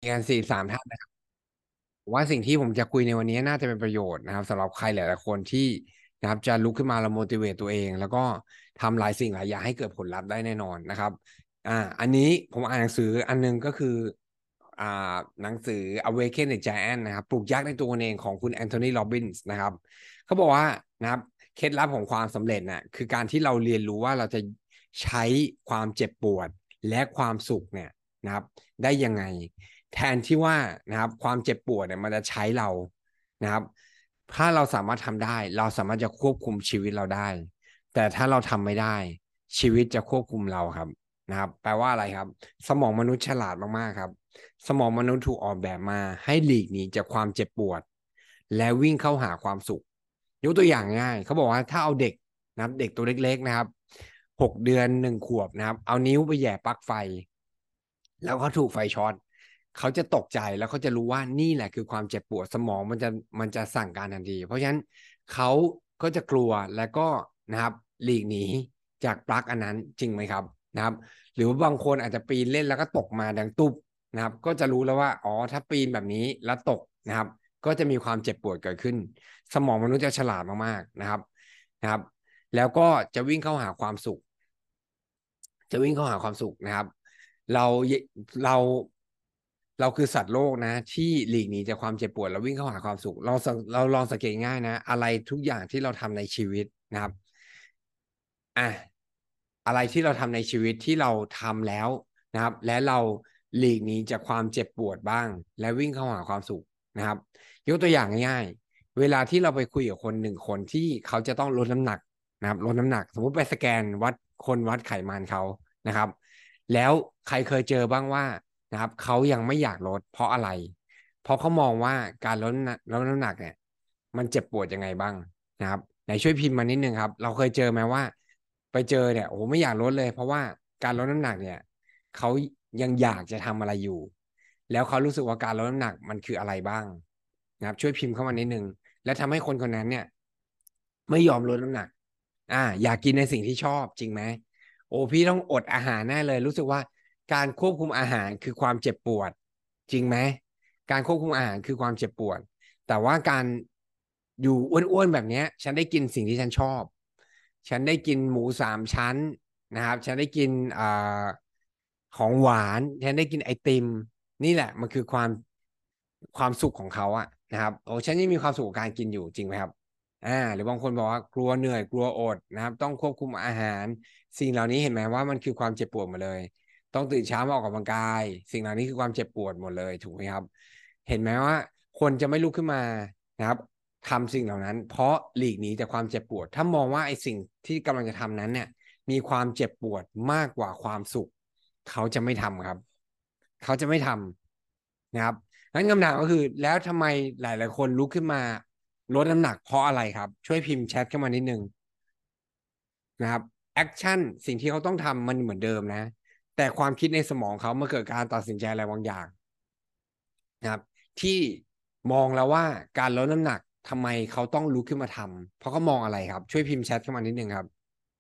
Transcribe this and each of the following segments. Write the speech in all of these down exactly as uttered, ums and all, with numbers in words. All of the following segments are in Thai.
กันสี่สามท่านนะครับผมว่าสิ่งที่ผมจะคุยในวันนี้น่าจะเป็นประโยชน์นะครับสำหรับใครหลายๆคนที่นะครับจะลุกขึ้นมาแล้ว motivate ตัวเองแล้วก็ทำหลายสิ่งหลายอย่างให้เกิดผลลัพธ์ได้แน่นอนนะครับอ่าอันนี้ผมอ่านหนังสืออันนึงก็คืออ่าหนังสือ Awaken the Giant นะครับปลุกยักษ์ในตัวเองของคุณแอนโทนีโรบินส์นะครับเขาบอกว่านะครับเคล็ดลับของความสำเร็จน่ะคือการที่เราเรียนรู้ว่าเราจะใช้ความเจ็บปวดและความสุขเนี่ยนะครับได้ยังไง แทนที่ว่านะครับความเจ็บปวดเนี่ยมันจะใช้เรานะครับถ้าเราสามารถทำได้เราสามารถจะควบคุมชีวิตเราได้แต่ถ้าเราทำไม่ได้ชีวิตจะควบคุมเราครับนะครับแปลว่าอะไรครับสมองมนุษย์ฉลาดมากๆครับสมองมนุษย์ถูกออกแบบมาให้หลีกหนีจากความเจ็บปวดและวิ่งเข้าหาความสุขยกตัวอย่างง่ายเขาบอกว่าถ้าเอาเด็กนะครับเด็กตัวเล็กๆนะครับหกเดือนหนึ่งขวบนะครับเอานิ้วไปแหย่ปลั๊กไฟแล้วเขาถูกไฟช็อต เขาจะตกใจแล้วเขาจะรู้ว่านี่แหละคือความเจ็บปวดสมองมันจะมันจะสั่งการทันทีเพราะฉะนั้นเขาก็จะกลัวแล้วก็นะครับหลีกหนีจากปลั๊กอันนั้นจริงไหมครับนะครับหรือว่าบางคนอาจจะปีนเล่นแล้วก็ตกมาดังตุ๊บนะครับก็จะรู้แล้วว่าอ๋อถ้าปีนแบบนี้แล้วตกนะครับก็จะมีความเจ็บปวดเกิดขึ้นสมองมนุษย์จะฉลาดมากๆนะครับนะครับแล้วก็จะวิ่งเข้าหาความสุข จะวิ่งเข้าหาความสุขนะครับเราเราเราคือสัตว์โลกนะที่หลีกหนีจากความเจ็บปวดแล้ววิ่งเข้าหาความสุขเราเราลองสังเกตง่ายนะอะไรทุกอย่างที่เราทำในชีวิตนะครับอ่ะอะไรที่เราทำในชีวิตที่เราทำแล้วนะครับและเราหลีกหนีจากความเจ็บปวดบ้างและวิ่งเข้าหาความสุขนะครับยกตัวอย่างง่ายๆเวลาที่เราไปคุยกับคนหนึ่งคนที่เขาจะต้องลดน้ำหนักนะครับลดน้ำหนักสมมุติไปสแกนวัดคนวัดไขมันเขา นะครับแล้วใครเคยเจอบ้างว่านะครับเขายังไม่อยากลดเพราะอะไรเพราะเขามองว่าการลดลดน้ำหนักเนี่ยมันเจ็บปวดยังไงบ้างนะครับไหนช่วยพิมพ์มานิดนึงครับเราเคยเจอไหมว่าไปเจอเนี่ยโอ้ไม่อยากลดเลยเพราะว่าการลดน้ำหนักเนี่ยเขายังอยากจะทำอะไรอยู่แล้วเขารู้สึกว่าการลดน้ำหนักมันคืออะไรบ้างนะครับช่วยพิมพ์เข้ามานิดนึงและทำให้คนคนนั้นเนี่ยไม่ยอมลดน้ำหนักอ่าอยากกินในสิ่งที่ชอบจริงไหม โอ้พี่ต้องอดอาหารแน่เลยรู้สึกว่าการควบคุมอาหารคือความเจ็บปวดจริงไหมการควบคุมอาหารคือความเจ็บปวดแต่ว่าการอยู่อ้วนๆแบบเนี้ยฉันได้กินสิ่งที่ฉันชอบฉันได้กินหมูสามชั้นนะครับฉันได้กินอ่าของหวานฉันได้กินไอติมนี่แหละมันคือความความสุขของเขาอะนะครับโอ้ฉันยังมีความสุขกับการกินอยู่จริงไหมครับ อ่าหรือบางคนบอกว่ากลัวเหนื่อยกลัวอดนะครับต้องควบคุมอาหารสิ่งเหล่านี้เห็นไหมว่ามันคือความเจ็บปวดหมดเลยต้องตื่นเช้ามาออกกำลังกายสิ่งเหล่านี้คือความเจ็บปวดหมดเลยถูกไหมครับเห็นไหมว่าคนจะไม่ลุกขึ้นมานะครับทำสิ่งเหล่านั้นเพราะหลีกหนีจากความเจ็บปวดถ้ามองว่าไอ้สิ่งที่กำลังจะทำนั้นเนี่ยมีความเจ็บปวดมากกว่าความสุขเขาจะไม่ทำครับเขาจะไม่ทำนะครับงั้นคำถามก็คือแล้วทำไมหลายๆคนลุกขึ้นมา ลดน้ำหนักเพราะอะไรครับช่วยพิมพ์แชทเข้ามานิดนึงนะครับแอคชั่นสิ่งที่เขาต้องทำมันเหมือนเดิมนะแต่ความคิดในสมองเขาเมื่อเกิดการตัดสินใจอะไรบางอย่างนะครับที่มองแล้วว่าการลดน้ำหนักทำไมเขาต้องลุกขึ้นมาทำเพราะเขามองอะไรครับช่วยพิมพ์แชทเข้ามานิดนึงครับ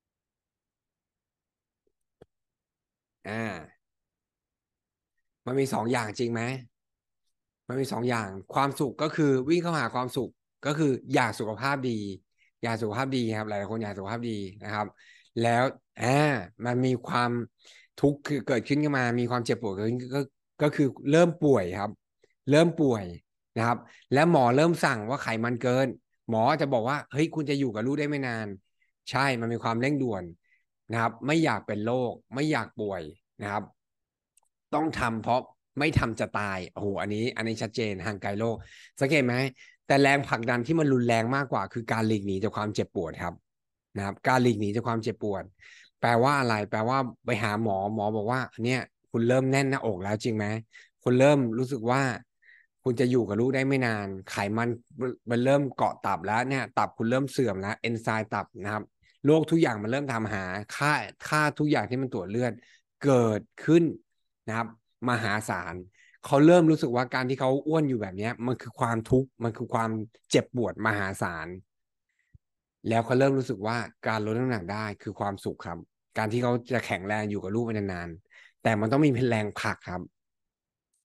อ่ามันมีสองอย่างจริงไหม มันมีสองอย่างความสุขก็คือวิ่งเข้าหาความสุขก็คืออยากสุขภาพดีอยากสุขภาพดีครับหลายๆคนอยากสุขภาพดีนะครับแล้วอ่ามันมีความทุกข์คือเกิดขึ้นขึ้นมามีความเจ็บปวดเกิดขึ้นก็ก็คือเริ่มป่วยครับเริ่มป่วยนะครับและหมอเริ่มสั่งว่าไขมันเกินหมอจะบอกว่าเฮ้ยคุณจะอยู่กับลูกได้ไม่นานใช่มันมีความเร่งด่วนนะครับไม่อยากเป็นโรคไม่อยากป่วยนะครับ ต้องทำเพราะไม่ทำจะตายโอ้โหอันนี้อันนี้ชัดเจนห่างไกลโลกสังเกตไหมแต่แรงผลักดันที่มันรุนแรงมากกว่าคือการหลีกหนีจากความเจ็บปวดครับนะครับการหลีกหนีจากความเจ็บปวดแปลว่าอะไรแปลว่าไปหาหมอหมอบอกว่าเนี่ยคุณเริ่มแน่นหน้าอกแล้วจริงไหมคุณเริ่มรู้สึกว่าคุณจะอยู่กับลูกได้ไม่นานไขมันมันเริ่มเกาะตับแล้วเนี่ยตับคุณเริ่มเสื่อมแล้วเอนไซม์ตับนะครับโรคทุกอย่างมันเริ่มทำหาค่าค่าทุกอย่างที่มันตรวจเลือดเกิดขึ้น นะครับมหาศาลเขาเริ่มรู้สึกว่าการที่เขาอ้วนอยู่แบบนี้มันคือความทุกข์มันคือความเจ็บปวดมหาศาลแล้วเขาเริ่มรู้สึกว่าการลดน้ำหนักได้คือความสุขครับการที่เขาจะแข็งแรงอยู่กับลูกไปนานๆแต่มันต้องมีแรงผลักครับ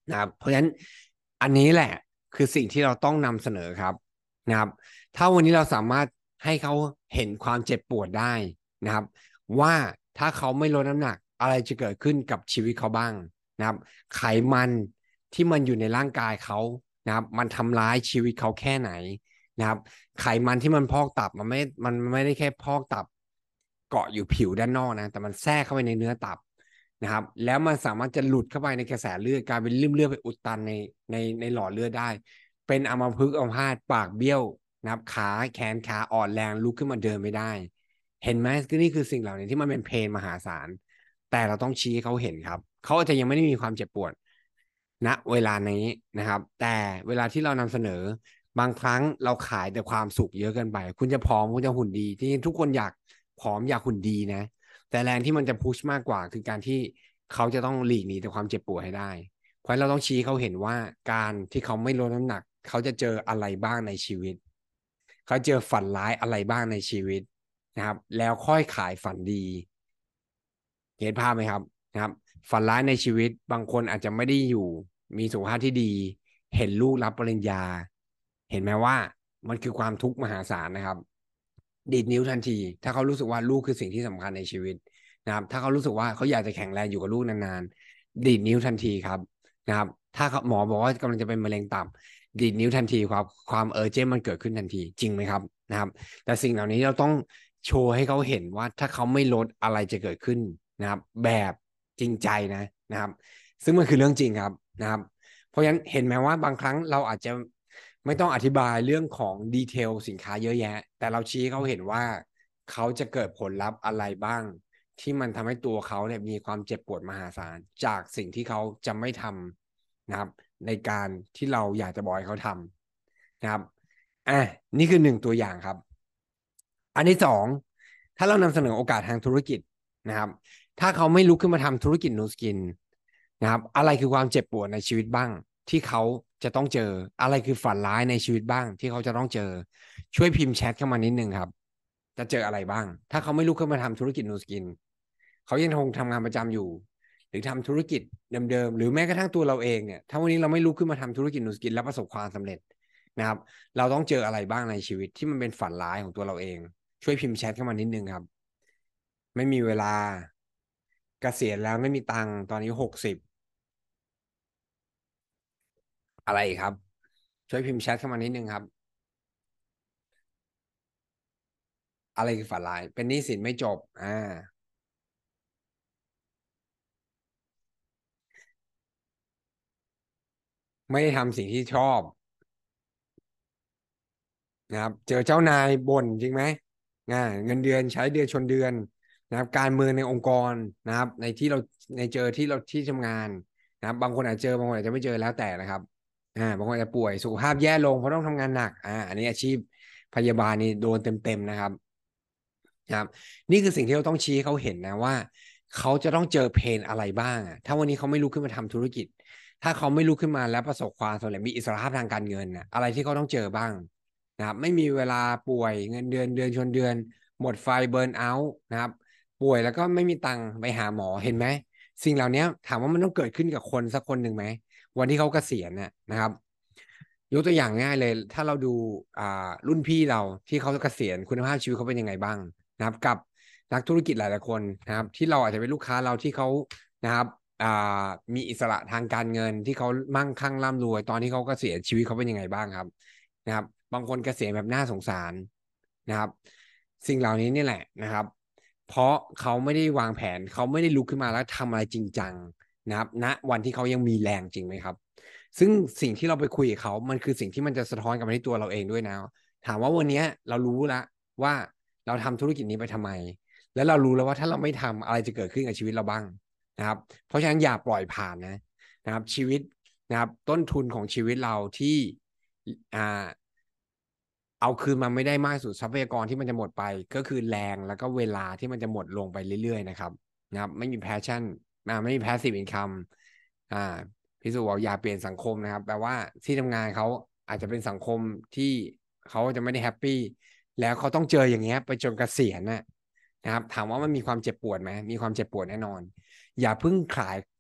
นะครับเพราะฉะนั้นอันนี้แหละคือสิ่งที่เราต้องนำเสนอครับนะครับถ้าวันนี้เราสามารถให้เขาเห็นความเจ็บปวดได้นะครับว่าถ้าเขาไม่ลดน้ำหนักอะไรจะเกิดขึ้นกับชีวิตเขาบ้างนะครับไขมันที่มันอยู่ในร่างกายเขานะครับมันทำร้ายชีวิตเขาแค่ไหนนะครับไขมันที่มันพอกตับมันไม่มันไม่ได้แค่พอกตับเกาะอยู่ผิวด้านนอกนะแต่มันแทรกเข้าไปในเนื้อตับนะครับแล้วมันสามารถจะหลุดเข้าไปในกระแสเลือดกลายเป็นริ่มเลือดไปอุดตันในในในหลอดเลือดได้เป็นอัมพฤกษ์อัมพาตปากเบี้ยวนะครับขาแขนขาอ่อนแรงลุกขึ้นมาเดินไม่ได้เห็นไหมคือนี่คือสิ่งเหล่านี้ที่มันเป็นเพนมหาศาลแต่เราต้องชี้ให้เขาเห็นครับเขาอาจจะยังไม่ได้มีความเจ็บปวดณเวลานี้นะครับแต่เวลาที่เรานำเสนอบางครั้งเราขายแต่ความสุขเยอะเกินไปคุณจะผอมคุณจะหุ่นดีที่ทุกคนอยากผอมอยากหุ่นดีนะแต่แรงที่มันจะพุชมากกว่าคือการที่เขาจะต้องหลีกหนีจากความเจ็บปวดให้ได้เพราะเราต้องชี้เขาเห็นว่าการที่เขาไม่ลดน้ำหนักเขาจะเจออะไรบ้างในชีวิตเขาเจอฝันร้ายอะไรบ้างในชีวิตนะครับแล้วค่อยขายฝันดีเห็นภาพไหมครับนะครับฝันร้ายในชีวิตบางคนอาจจะไม่ได้อยู่มีสุขภาพที่ดีเห็นลูกรับปริญญาเห็นไหมว่ามันคือความทุกข์มหาศาลนะครับดีดนิ้วทันทีถ้าเขารู้สึกว่าลูกคือสิ่งที่สำคัญในชีวิตนะครับถ้าเขารู้สึกว่าเขาอยากจะแข็งแรงอยู่กับลูกนานๆดีดนิ้วทันทีครับนะครับถ้าหมอบอกว่ากำลังจะเป็นมะเร็งตับดีดนิ้วทันทีความความเออร์เจนมันเกิดขึ้นทันทีจริงไหมครับนะครับแต่สิ่งเหล่านี้เราต้องโชว์ให้เขาเห็นว่าถ้าเขาไม่ลดอะไรจะเกิดขึ้นนะครับแบบจริงใจนะนะครับซึ่งมันคือเรื่องจริงครับนะครับเพราะฉะนั้นเห็นไหมว่าบางครั้งเราอาจจะไม่ต้องอธิบายเรื่องของดีเทลสินค้าเยอะแยะแต่เราชี้เขาเห็นว่าเขาจะเกิดผลลัพธ์อะไรบ้างที่มันทำให้ตัวเขาเนี่ยมีความเจ็บปวดมหาศาลจากสิ่งที่เขาจะไม่ทำนะครับในการที่เราอยากจะบอกให้เขาทำนะครับอ่ะนี่คือหนึ่งตัวอย่างครับอันที่สองถ้าเรานำเสนอโอกาสทางธุรกิจนะครับถ้าเขาไม่ลุกขึ้นมาทำธุรกิจนูสกินนะครับอะไรคือความเจ็บปวดในชีวิตบ้างที่เขาจะต้องเจออะไรคือฝันร้ายในชีวิตบ้างที่เขาจะต้องเจอช่วยพิมพ์แชทเข้ามานิดนึงครับจะเจออะไรบ้างถ้าเขาไม่ลุกขึ้นมาทำธุรกิจนูสกินเขายังคงทำงานประจำอยู่หรือทำธุรกิจเดิมๆหรือแม้กระทั่งตัวเราเองเนี่ยถ้าวันนี้เราไม่ลุกขึ้นมาทำธุรกิจนูสกินแล้วประสบความสำเร็จนะครับเราต้องเจออะไรบ้างในชีวิตที่มันเป็นฝันร้ายของตัวเราเองช่วยพิมพ์แชทเข้ามานิดนึงครับไม่มีเวลาเกษียณแล้วไม่มีตังค์ตอนนี้หกสิบอะไรครับช่วยพิมพ์แชทเข้ามานิดนึงครับอะไรคือฝันร้ายเป็นหนี้สินไม่จบอ่าไม่ได้ทำสิ่งที่ชอบนะครับเจอเจ้านายบ่นจริงไหมอ่าเงินเดือนใช้เดือนชนเดือนนะครับการเมืองในองค์กรนะครับในที่เราในเจอที่เราที่ทำงานนะครับบางคนอาจจะเจอบางคนอาจจะไม่เจอแล้วแต่นะครับอ่าบางคนอาจจะป่วยสุขภาพแย่ลงเพราะต้องทำงานหนักอ่าอันนี้อาชีพพยาบาลนี่โดนเต็มๆนะครับ ครับนี่คือสิ่งที่เราต้องชี้ให้เขาเห็นนะว่าเขาจะต้องเจอเพนอะไรบ้างอะถ้าวันนี้เขาไม่ลุกขึ้นมาทำธุรกิจถ้าเขาไม่ลุกขึ้นมาแล้วประสบความสำเร็จมีอิสรภาพทางการเงินนะอะไรที่เขาต้องเจอบ้างนะครับไม่มีเวลาป่วยเงินเดือนเดือนชนเดือนหมดไฟเบิร์นเอาท์นะครับป่วยแล้วก็ไม่มีตังค์ไปหาหมอเห็นไหมสิ่งเหล่านี้ถามว่ามันต้องเกิดขึ้นกับคนสักคนหนึ่งไหมวันที่เขาเกษียณน่ะนะครับยกตัวอย่างง่ายเลยถ้าเราดูอ่ารุ่นพี่เราที่เขาเกษียณคุณภาพชีวิตเขาเป็นยังไงบ้าง นะครับกับนักธุรกิจหลายๆคนนะครับที่เราอาจจะเป็นลูกค้าเราที่เขานะครับอ่ามีอิสระทางการเงินที่เขามั่งคั่งร่ำรวยตอนที่เขาเกษียณชีวิตเขาเป็นยังไงบ้างครับนะครับบางคนเกษียณแบบน่าสงสารนะครับสิ่งเหล่านี้นี่แหละนะครับเพราะเขาไม่ได้วางแผนเขาไม่ได้ลุกขึ้นมาแล้วทำอะไรจริงจังนะครับณวันที่เขายังมีแรงจริงไหมครับซึ่งสิ่งที่เราไปคุยกับเขามันคือสิ่งที่มันจะสะท้อนกลับมาที่ตัวเราเองด้วยนะถามว่าวันนี้เรารู้แล้วว่า เราทำธุรกิจนี้ไปทำไม แล้วเรารู้แล้วว่าถ้าเราไม่ทำอะไรจะเกิดขึ้นกับชีวิตเราบ้างนะครับเพราะฉะนั้นอย่าปล่อยผ่านนะนะครับชีวิตนะครับต้นทุนของชีวิตเราที่อ่าเอาคืนมาไม่ได้มากสุดทรัพยากรที่มันจะหมดไปก็คือแรงแล้วก็เวลาที่มันจะหมดลงไปเรื่อยๆนะครับนะครับไม่มีแพชชั่นอ่าไม่มีแพสซีฟอินคัมอ่าพี่สุบอกอย่าเปลี่ยนสังคมนะครับแปลว่าที่ทำงานเขาอาจจะเป็นสังคมที่เขาจะไม่ได้แฮปปี้ แล้วเขาต้องเจออย่างเงี้ยไปจนเกษียณน่ะนะครับถามว่ามันมีความเจ็บปวดไหมมีความเจ็บปวดแน่นอนอย่าเพิ่งขาย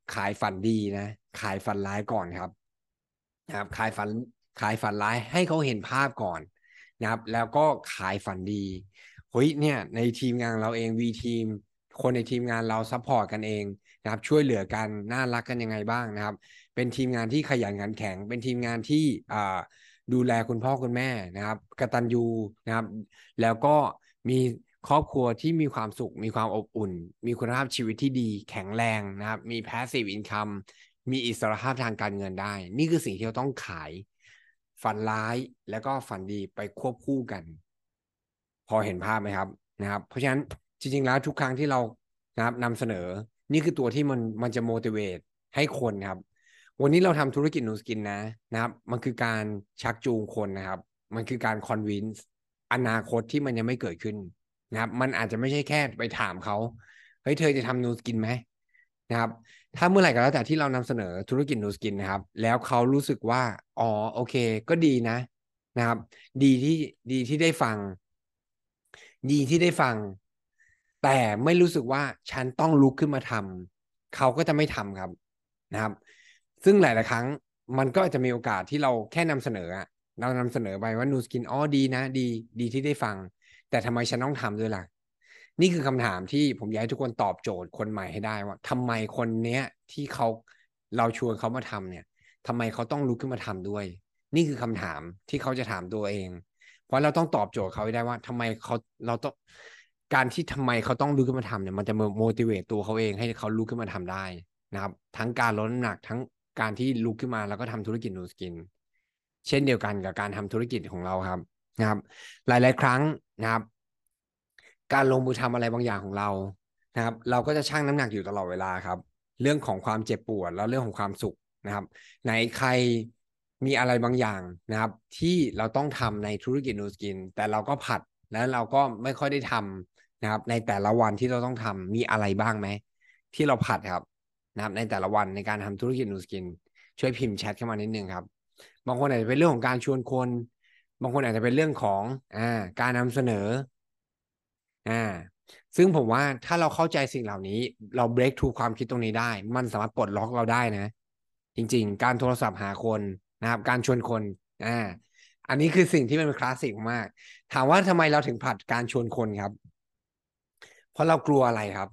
ขายฝันดีนะขายฝันร้ายก่อนครับนะครับขายฝันขายฝันร้ายให้เขาเห็นภาพก่อนนะครับแล้วก็ขายฝันดีเฮ้ยเนี่ยในทีมงานเราเองวีทีมคนในทีมงานเราซัพพอร์ตกันเองนะครับช่วยเหลือกันน่ารักกันยังไงบ้างนะครับเป็นทีมงานที่ขยันขันแข็งเป็นทีมงานที่อ่าดูแลคุณพ่อคุณแม่นะครับกตัญญูนะครับแล้วก็มีครอบครัวที่มีความสุขมีความอบอุ่นมีคุณภาพชีวิตที่ดีแข็งแรงนะครับมี passive income มีอิสรภาพทางการเงินได้นี่คือสิ่งที่เราต้องขายฝันร้ายแล้วก็ฝันดีไปควบคู่กันพอเห็นภาพไหมครับนะครับเพราะฉะนั้นจริงๆแล้วทุกครั้งที่เรานะครับนำเสนอนี่คือตัวที่มันมันจะ motivate ให้คนครับวันนี้เราทำธุรกิจนูสกินนะนะครับมันคือการชักจูงคนนะครับมันคือการ convince อนาคตที่มันยังไม่เกิดขึ้นนะครับมันอาจจะไม่ใช่แค่ไปถามเขาเฮ้ยเธอจะทำนูสกินไหมนะครับถ้าเมื่อไหร่ก็แล้วแต่ที่เรานำเสนอธุรกิจนูสกินนะครับแล้วเขารู้สึกว่าอ๋อโอเคก็ดีนะนะครับดีที่ดีที่ได้ฟังดีที่ได้ฟังแต่ไม่รู้สึกว่าฉันต้องลุกขึ้นมาทำเขาก็จะไม่ทำครับนะครับซึ่งหลายๆครั้งมันก็อาจจะมีโอกาสที่เราแค่นำเสนออะเรานำเสนอไปว่านูสกินอ๋อดีนะดีดีที่ได้ฟังแต่ทำไมฉันต้องทำด้วยล่ะนี่คือคำถามที่ผมอยากให้ทุกคนตอบโจทย์คนใหม่ให้ได้ว่าทำไมคนเนี้ยที่เขาเราชวนเขามาทำเนี่ยทำไมเขาต้องลุกขึ้นมาทำด้วยนี่คือคำถามที่เขาจะถามตัวเองเพราะเราต้องตอบโจทย์เขาให้ได้ว่าทำไมเขาเราต้องการที่ทำไมเขาต้องลุกขึ้นมาทำเนี่ยมันจะ motivate ตัวเขาเองให้เขาลุกขึ้นมาทำได้นะครับทั้งการลดน้ำหนักทั้งการที่ลุกขึ้นมาแล้วก็ทำธุรกิจนูสกินเช่นเดียวกันกับการทำธุรกิจของเราครับนะครับหลายๆครั้งนะครับการลงมือทำอะไรบางอย่างของเรานะครับเราก็จะชั่งน้ำหนักอยู่ตลอดเวลาครับเรื่องของความเจ็บปวดแล้วเรื่องของความสุขนะครับไหนใครมีอะไรบางอย่างนะครับที่เราต้องทำในธุรกิจนูสกินแต่เราก็ผัดแล้วเราก็ไม่ค่อยได้ทำนะครับในแต่ละวันที่เราต้องทำมีอะไรบ้างไหมที่เราผัดครับนะครับในแต่ละวันในการทำธุรกิจนูสกินช่วยพิมพ์แชทเข้ามานิดนึงครับบางคนอาจจะเป็นเรื่องของการชวนคนบางคนอาจจะเป็นเรื่องของอ่าการนำเสนอ อ่าซึ่งผมว่าถ้าเราเข้าใจสิ่งเหล่านี้เรา break through ความคิดตรงนี้ได้มันสามารถปลดล็อกเราได้นะจริงๆการโทรศัพท์หาคนนะครับการชวนคนอ่าอันนี้คือสิ่งที่มันเป็นคลาสสิกมากถามว่าทำไมเราถึงผัดการชวนคนครับเพราะเรากลัวอะไรครับ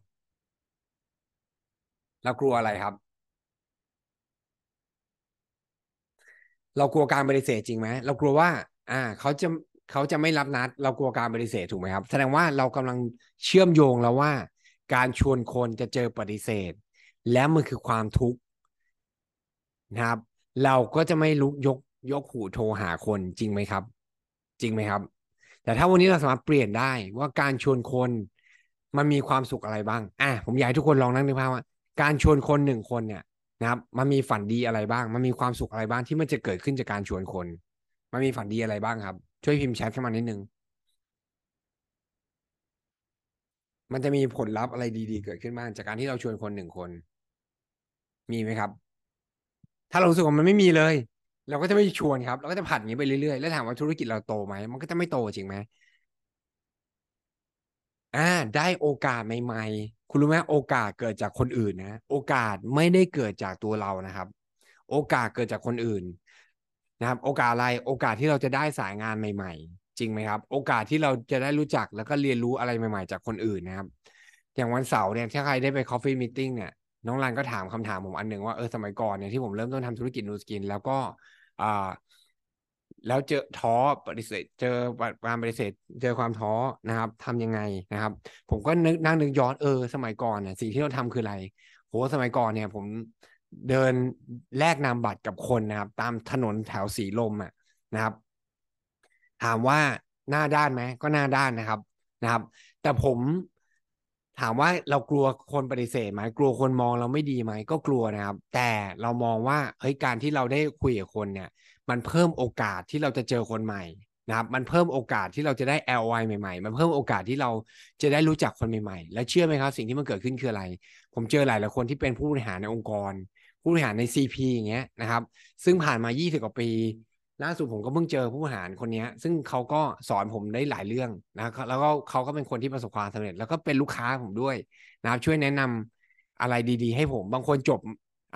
เรากลัวอะไรครับ เรากลัวการปฏิเสธจริงไหมเรากลัวว่าอ่าเขาจะเขาจะไม่รับนัดเรากลัวการปฏิเสธถูกไหมครับแสดงว่าเรากำลังเชื่อมโยงแล้วว่าการชวนคนจะเจอปฏิเสธและมันคือความทุกข์นะครับเราก็จะไม่ลุกยกยกหูโทรหาคนจริงไหมครับจริงไหมครับแต่ถ้าวันนี้เราสามารถเปลี่ยนได้ว่าการชวนคนมันมีความสุขอะไรบ้างอ่ะผมอยากให้ทุกคนลองนั่งนึกภาพว่าการชวนคนหนึ่งคนเนี่ย นะครับมันมีฝันดีอะไรบ้างมันมีความสุขอะไรบ้างที่มันจะเกิดขึ้นจากการชวนคนมันมีฝันดีอะไรบ้างครับช่วยพิมพ์แชทเข้ามานิดนึงมันจะมีผลลัพธ์อะไรดีๆเกิดขึ้นบ้างจากการที่เราชวนคนหนึ่งคนมีไหมครับถ้าเรารู้สึกว่ามันไม่มีเลยเราก็จะไม่ชวนครับเราก็จะผัดอย่างนี้ไปเรื่อยๆแล้วถามว่าธุรกิจเราโตไหมมันก็จะไม่โตจริงไหม อ่าได้โอกาสใหม่ๆคุณรู้ไหมโอกาสเกิดจากคนอื่นนะโอกาสไม่ได้เกิดจากตัวเรานะครับโอกาสเกิดจากคนอื่นนะครับโอกาสอะไรโอกาสที่เราจะได้สายงานใหม่ๆจริงไหมครับโอกาสที่เราจะได้รู้จักแล้วก็เรียนรู้อะไรใหม่ๆจากคนอื่นนะครับอย่างวันเสาร์เนี่ยถ้าใครได้ไป Coffee Meeting เนี่ยน้องรันก็ถามคำถามผมอันหนึ่งว่าเออสมัยก่อนเนี่ยที่ผมเริ่มต้นทำธุรกิจนูสกินแล้วก็อ่า แล้วเจอท้อปฏิเสธเจอการปฏิเสธเจอความท้อนะครับทำยังไงนะครับผมก็นึกนั่งนึกย้อนเออสมัยก่อนเนี่ยสิ่งที่เราทำคืออะไรโหสมัยก่อนเนี่ยผมเดินแลกนามบัตรกับคนนะครับตามถนนแถวสีลมอ่ะนะครับถามว่าหน้าด้านไหมก็หน้าด้านนะครับนะครับแต่ผมถามว่าเรากลัวคนปฏิเสธไหมกลัวคนมองเราไม่ดีไหมก็กลัวนะครับแต่เรามองว่าเฮ้ยการที่เราได้คุยกับคนเนี่ย มันเพิ่มโอกาสที่เราจะเจอคนใหม่นะครับมันเพิ่มโอกาสที่เราจะได้ แอล โอ ไอ ใหม่ๆมันเพิ่มโอกาสที่เราจะได้รู้จักคนใหม่ๆแล้วเชื่อไหมครับสิ่งที่มันเกิดขึ้นคืออะไรผมเจอหลายหลายคนที่เป็นผู้บริหารในองค์กรผู้บริหารใน ซี พี อย่างเงี้ยนะครับซึ่งผ่านมายี่สิบกว่าปีล่าสุดผมก็เพิ่งเจอผู้บริหารคนนี้ซึ่งเขาก็สอนผมได้หลายเรื่องนะครับแล้วก็เขาก็เป็นคนที่ประสบความสำเร็จแล้วก็เป็นลูกค้าผมด้วยนะครับช่วยแนะนำอะไรดีๆให้ผมบางคนจบ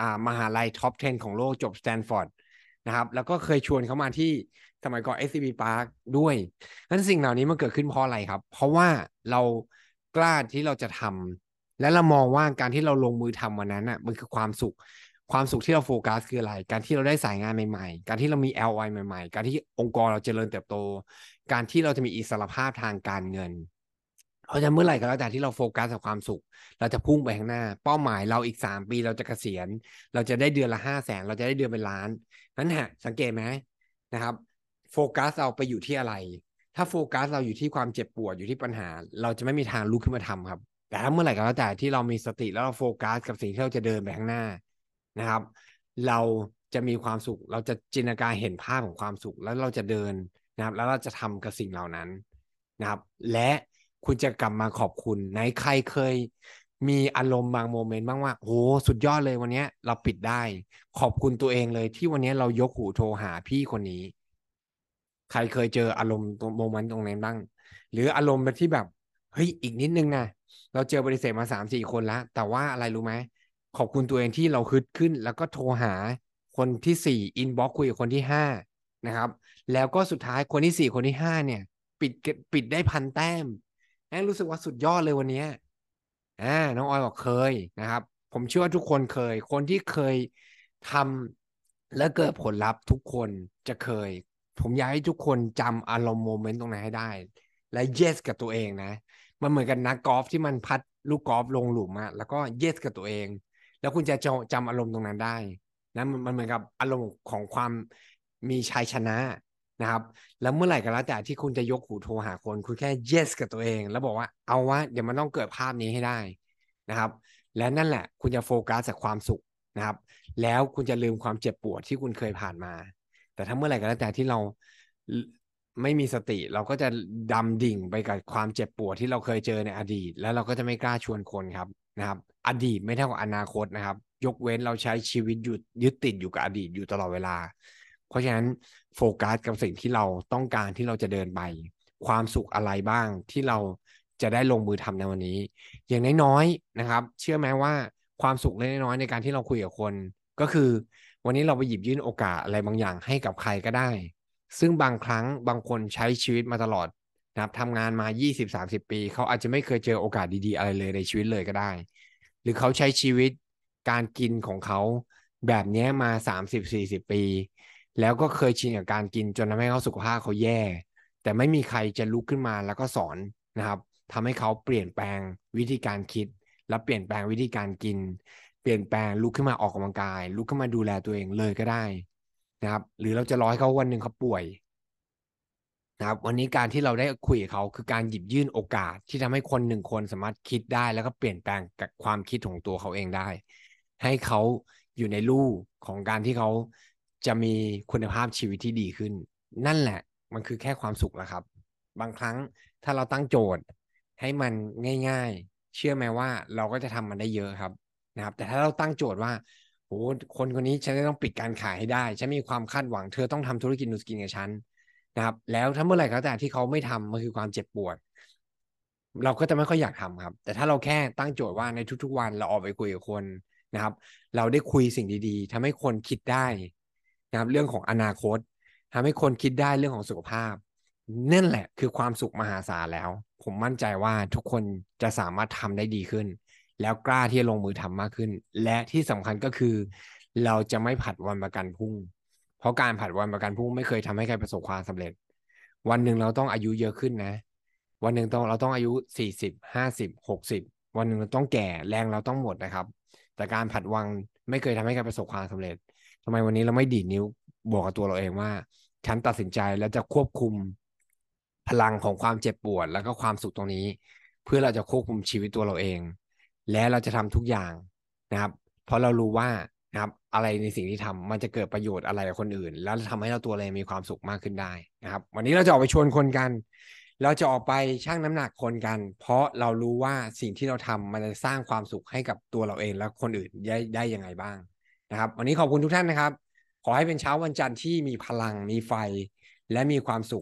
อ่ามหาลัยท็อปสิบของโลกจบสแตนฟอร์ดนะครับแล้วก็เคยชวนเขามาที่สมัยก่อน เอส ซี บี Park ด้วยนั้นสิ่งเหล่านี้มันเกิดขึ้นเพราะอะไรครับเพราะว่าเรากล้าที่เราจะทำและเรามองว่าการที่เราลงมือทำวันนั้นอ่ะมันคือความสุขความสุขที่เราโฟกัสคืออะไรการที่เราได้สายงานใหม่ๆการที่เรามี แอล โอ ไอ ใหม่ๆการที่องค์กรเราเจริญเติบโตการที่เราจะมีอิสรภาพทางการเงินเพราะฉะนั้นเมื่อไหร่ก็แล้วแต่ที่เราโฟกัสกับความสุขเราจะพุ่งไปข้างหน้าเป้าหมายเราอีกสามปีเราจะเกษียณเราจะได้เดือนละห้าแสนเราจะได้เดือนเป็นล้านนั้นฮะสังเกตไหมนะครับโฟกัสเราไปอยู่ที่อะไรถ้าโฟกัสเราอยู่ที่ความเจ็บปวดอยู่ที่ปัญหาเราจะไม่มีทางลุกขึ้นมาทำครับแต่ถ้าเมื่อไหร่ก็แล้วแต่ที่เรามีสติแล้วเราโฟกัสกับสิ่งที่เราจะเดินไปข้างหน้านะครับเราจะมีความสุขเราจะจินตนาการเห็นภาพของความสุขแล้วเราจะเดินนะครับแล้วเราจะทำกับสิ่งเหล่านั้นนะครับและคุณจะกลับมาขอบคุณไหนใครเคยมีอารมณ์บางโมเมนต์บ้างว่าโหสุดยอดเลยวันนี้เราปิดได้ขอบคุณตัวเองเลยที่วันนี้เรายกหูโทรหาพี่คนนี้ใครเคยเจออารมณ์ตรงโมเมนต์ตรงนั้นบ้างหรืออารมณ์แบบที่แบบเฮ้ยอีกนิดนึงนะเราเจอบริษัทมาสามสี่คนแล้วแต่ว่าอะไรรู้ไหมขอบคุณตัวเองที่เราฮึดขึ้นแล้วก็โทรหาคนที่สี่อินบ็อกคุยกับคนที่ห้านะครับแล้วก็สุดท้ายคนที่สี่คนที่ห้าเนี่ยปิดปิดได้พันแต้มแองรู้สึกว่าสุดยอดเลยวันนี้อ่าน้องออยบอกเคยนะครับผมเชื่อว่าทุกคนเคยคนที่เคยทำและเกิดผลลัพธ์ทุกคนจะเคยผมอยากให้ทุกคนจำอารมณ์โมเมนต์ตรงนั้นให้ได้และ yes กับตัวเองนะมันเหมือนกันนักกอล์ฟที่มันพัดลูกกอล์ฟลงหลุมอะแล้วก็ yes กับตัวเองแล้วคุณจะจำอารมณ์ตรงนั้นได้นะมันมันเหมือนกับอารมณ์ของความมีชัยชนะนะครับแล้วเมื่อไหร่ก็แล้วแต่ที่คุณจะยกหูโทรหาคนคุณแค่ yes กับตัวเองแล้วบอกว่าเอาวะเดี๋ยวมันต้องเกิดภาพนี้ให้ได้นะครับและนั่นแหละคุณจะโฟกัสกับความสุขนะครับแล้วคุณจะลืมความเจ็บปวดที่คุณเคยผ่านมาแต่ถ้าเมื่อไหร่ก็แล้วแต่ที่เราไม่มีสติเราก็จะดำดิ่งไปกับความเจ็บปวดที่เราเคยเจอในอดีตแล้วเราก็จะไม่กล้าชวนคนครับนะครับอดีตไม่เท่ากับอนาคตนะครับยกเว้นเราใช้ชีวิตหยุดยึดติดอยู่กับอดีตอยู่ตลอดเวลาเพราะฉะนั้นโฟกัสกับสิ่งที่เราต้องการที่เราจะเดินไปความสุขอะไรบ้างที่เราจะได้ลงมือทำในวันนี้อย่างน้อยๆนะครับเชื่อไหมว่าความสุขเล็กน้อยในการที่เราคุยกับคนก็คือวันนี้เราไปหยิบยื่นโอกาสอะไรบางอย่างให้กับใครก็ได้ซึ่งบางครั้งบางคนใช้ชีวิตมาตลอดนะครับทำงานมา ยี่สิบถึงสามสิบ ปีเขาอาจจะไม่เคยเจอโอกาสดีๆอะไรเลยในชีวิตเลยก็ได้หรือเขาใช้ชีวิตการกินของเขาแบบนี้มา สามสิบถึงสี่สิบ ปีแล้วก็เคยชินกับการกินจนทำให้เขาสุขภาพเขาแย่แต่ไม่มีใครจะลุกขึ้นมาแล้วก็สอนนะครับทำให้เขาเปลี่ยนแปลงวิธีการคิดและเปลี่ยนแปลงวิธีการกินเปลี่ยนแปลงลุกขึ้นมาออกกำลังกายลุกขึ้นมาดูแลตัวเองเลยก็ได้นะครับหรือเราจะรอให้เขาวันหนึ่งเขาป่วยนะครับวันนี้การที่เราได้คุยกับเขาคือการหยิบยื่นโอกาสที่ทำให้คนหนึ่งคนสามารถคิดได้แล้วก็เปลี่ยนแปลงกับความคิดของตัวเขาเองได้ให้เขาอยู่ในลู่ของการที่เขาจะมีคุณภาพชีวิตที่ดีขึ้นนั่นแหละมันคือแค่ความสุขแล้วครับบางครั้งถ้าเราตั้งโจทย์ให้มันง่ายๆเชื่อไหมว่าเราก็จะทำมันได้เยอะครับนะครับแต่ถ้าเราตั้งโจทย์ว่าโหคนคนนี้ฉันจะต้องปิดการขายให้ได้ฉันมีความคาดหวังเธอต้องทำธุรกิจนูสกินกับฉันนะครับแล้วถ้าเมื่อไหร่ก็แต่ที่เขาไม่ทำมันคือความเจ็บปวดเราก็จะไม่ค่อยอยากทำครับแต่ถ้าเราแค่ตั้งโจทย์ว่าในทุกๆวันเราออกไปคุยกับคนนะครับเราได้คุยสิ่งดีๆทำให้คนคิดได้นะครับเรื่องของอนาคตทำให้คนคิดได้เรื่องของสุขภาพนั่นแหละคือความสุขมหาศาลแล้วผมมั่นใจว่าทุกคนจะสามารถทำได้ดีขึ้นแล้วกล้าที่จะลงมือทำมากขึ้นและที่สำคัญก็คือเราจะไม่ผัดวันประกันพรุ่งเพราะการผัดวันประกันพรุ่งไม่เคยทำให้ใครประสบความสำเร็จวันหนึ่งเราต้องอายุเยอะขึ้นนะวันหนึ่งต้องเราต้องอายุสี่สิบห้าสิบหกสิบวันหนึ่งเราต้องแก่แรงเราต้องหมดนะครับแต่การผัดวันไม่เคยทำให้ใครประสบความสำเร็จทำไมวันนี้เราไม่ดีดนิ้วบอกกับตัวเราเองว่าฉันตัดสินใจแล้วจะควบคุมพลังของความเจ็บปวดแล้วก็ความสุขตรงนี้เพื่อเราจะควบคุมชีวิตตัวเราเองและเราจะทำทุกอย่างนะครับเพราะเรารู้ว่านะครับอะไรในสิ่งที่ทำมันจะเกิดประโยชน์อะไรกับคนอื่นแล้วทำให้เราตัวเรามีความสุขมากขึ้นได้นะครับวันนี้เราจะออกไปชวนคนกันเราจะออกไปชั่งน้ำหนักคนกันเพราะเรารู้ว่าสิ่งที่เราทำมันจะสร้างความสุขให้กับตัวเราเองและคนอื่นได้ได้ยังไงบ้างนะครับวันนี้ขอบคุณทุกท่านนะครับขอให้เป็นเช้าวันจันทร์ที่มีพลังมีไฟและมีความสุข